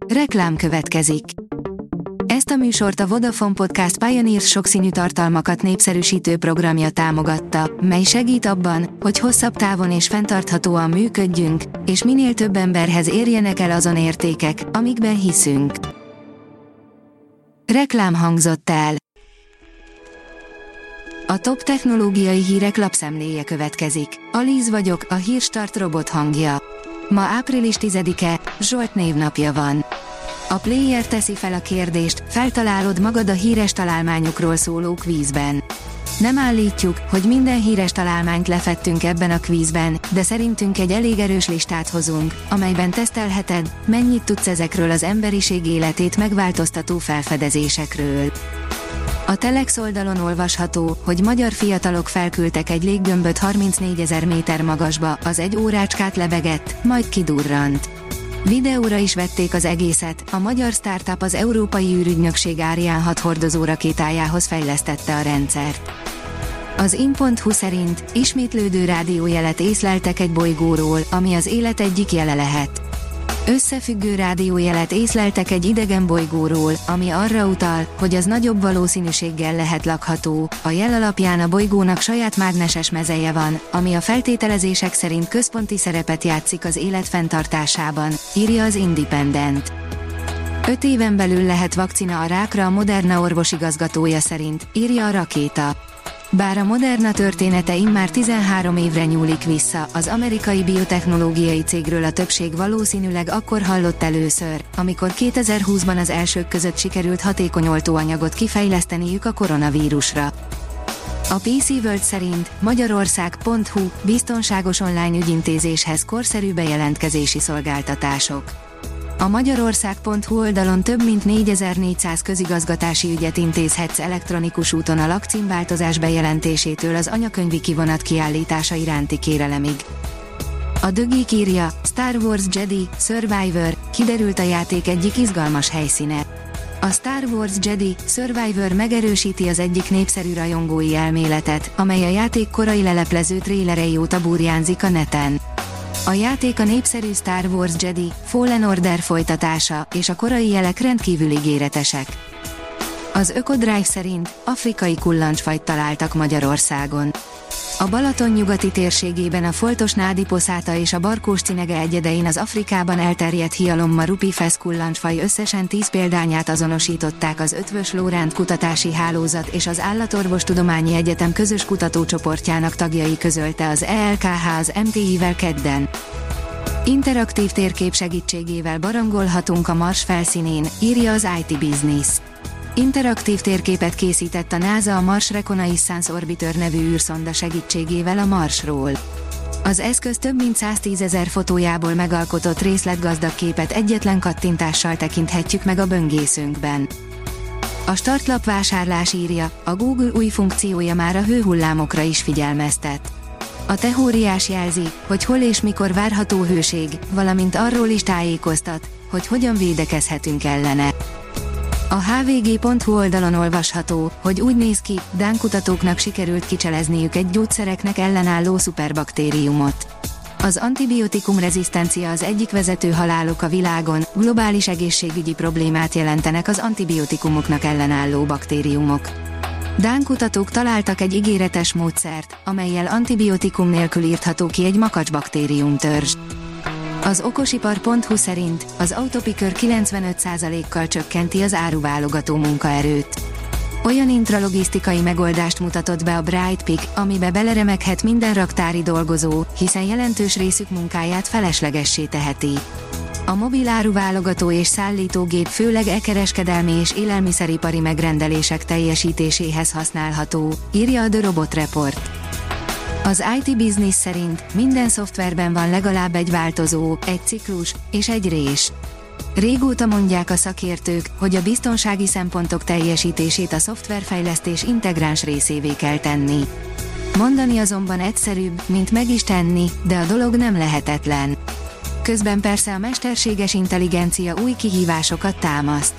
Reklám következik. Ezt a műsort a Vodafone Podcast Pioneers sokszínű tartalmakat népszerűsítő programja támogatta, mely segít abban, hogy hosszabb távon és fenntarthatóan működjünk, és minél több emberhez érjenek el azon értékek, amikben hiszünk. Reklám hangzott el. A top technológiai hírek lapszemléje következik. Alíz vagyok, a Hírstart robot hangja. Ma április 10-e, Zsolt névnapja van. A Player teszi fel a kérdést, feltalálod magad a híres találmányokról szóló kvízben. Nem állítjuk, hogy minden híres találmányt lefettünk ebben a kvízben, de szerintünk egy elég erős listát hozunk, amelyben tesztelheted, mennyit tudsz ezekről az emberiség életét megváltoztató felfedezésekről. A Telex oldalon olvasható, hogy magyar fiatalok felküldtek egy léggömböt 34 000 méter magasba, az egy órácskát lebegett, majd kidurrant. Videóra is vették az egészet, a magyar startup az Európai űrügynökség Ariane 6 hordozó rakétájához fejlesztette a rendszert. Az in.hu szerint ismétlődő rádiójelet észleltek egy bolygóról, ami az élet egyik jele lehet. Összefüggő rádiójelet észleltek egy idegen bolygóról, ami arra utal, hogy az nagyobb valószínűséggel lehet lakható. A jel alapján a bolygónak saját mágneses mezeje van, ami a feltételezések szerint központi szerepet játszik az élet fenntartásában, írja az Independent. 5 éven belül lehet vakcina a rákra a Moderna orvosigazgatója szerint, írja a Rakéta. Bár a Moderna története immár 13 évre nyúlik vissza, az amerikai biotechnológiai cégről a többség valószínűleg akkor hallott először, amikor 2020-ban az elsők között sikerült hatékony oltóanyagot kifejleszteniük a koronavírusra. A PC World szerint Magyarország.hu biztonságos online ügyintézéshez korszerű bejelentkezési szolgáltatások. A Magyarország.hu oldalon több mint 4400 közigazgatási ügyet intézhetsz elektronikus úton a lakcímváltozás bejelentésétől az anyakönyvi kivonat kiállítása iránti kérelemig. A The Geek írja, Star Wars Jedi, Survivor, kiderült a játék egyik izgalmas helyszíne. A Star Wars Jedi, Survivor megerősíti az egyik népszerű rajongói elméletet, amely a játék korai leleplező trélerei óta burjánzik a neten. A játék a népszerű Star Wars Jedi, Fallen Order folytatása, és a korai jelek rendkívül ígéretesek. Az Ökodrive szerint afrikai kullancsfajt találtak Magyarországon. A Balaton nyugati térségében a foltos nádiposzáta és a barkós cinege egyedein az Afrikában elterjedt hialomma rupifesz kullancsfaj összesen 10 példányát azonosították az Eötvös Loránd Kutatási Hálózat és az Állatorvostudományi Egyetem közös kutatócsoportjának tagjai, közölte az ELKH az MTI-vel kedden. Interaktív térkép segítségével barangolhatunk a Mars felszínén, írja az IT Business. Interaktív térképet készített a NASA a Mars Reconnaissance Orbiter nevű űrszonda segítségével a Marsról. Az eszköz több mint 110 000 fotójából megalkotott részletgazdag képet egyetlen kattintással tekinthetjük meg a böngészőnkben. A startlap vásárlás írja, a Google új funkciója már a hőhullámokra is figyelmeztet. A teóriás jelzi, hogy hol és mikor várható hőség, valamint arról is tájékoztat, hogy hogyan védekezhetünk ellene. A hvg.hu oldalon olvasható, hogy úgy néz ki, dán kutatóknak sikerült kicselezniük egy gyógyszereknek ellenálló szuperbaktériumot. Az antibiotikum rezisztencia az egyik vezető halálok a világon, globális egészségügyi problémát jelentenek az antibiotikumoknak ellenálló baktériumok. Dán kutatók találtak egy ígéretes módszert, amellyel antibiotikum nélkül írtható ki egy makacsbaktériumtörzs. Az okosipar.hu szerint az Autopicker 95%-kal csökkenti az áruválogató munkaerőt. Olyan intralogisztikai megoldást mutatott be a Brightpick, amibe beleremeghet minden raktári dolgozó, hiszen jelentős részük munkáját feleslegessé teheti. A mobil áruválogató és szállítógép főleg e-kereskedelmi és élelmiszeripari megrendelések teljesítéséhez használható, írja a The Robot Report. Az IT Business szerint minden szoftverben van legalább egy változó, egy ciklus és egy rés. Régóta mondják a szakértők, hogy a biztonsági szempontok teljesítését a szoftverfejlesztés integráns részévé kell tenni. Mondani azonban egyszerűbb, mint meg is tenni, de a dolog nem lehetetlen. Közben persze a mesterséges intelligencia új kihívásokat támaszt.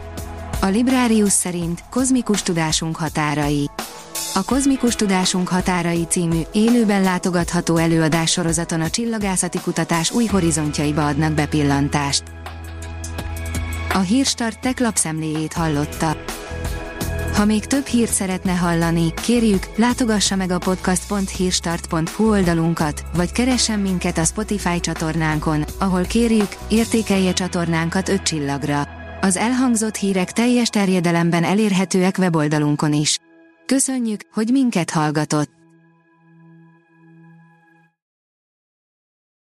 A Librarius szerint kozmikus tudásunk határai. A Kozmikus Tudásunk Határai című, élőben látogatható előadássorozaton a csillagászati kutatás új horizontjaiba adnak bepillantást. A Hírstart tech lapszemléjét hallotta. Ha még több hírt szeretne hallani, kérjük, látogassa meg a podcast.hírstart.hu oldalunkat, vagy keressen minket a Spotify csatornánkon, ahol kérjük, értékelje csatornánkat 5 csillagra. Az elhangzott hírek teljes terjedelemben elérhetőek weboldalunkon is. Köszönjük, hogy minket hallgatott!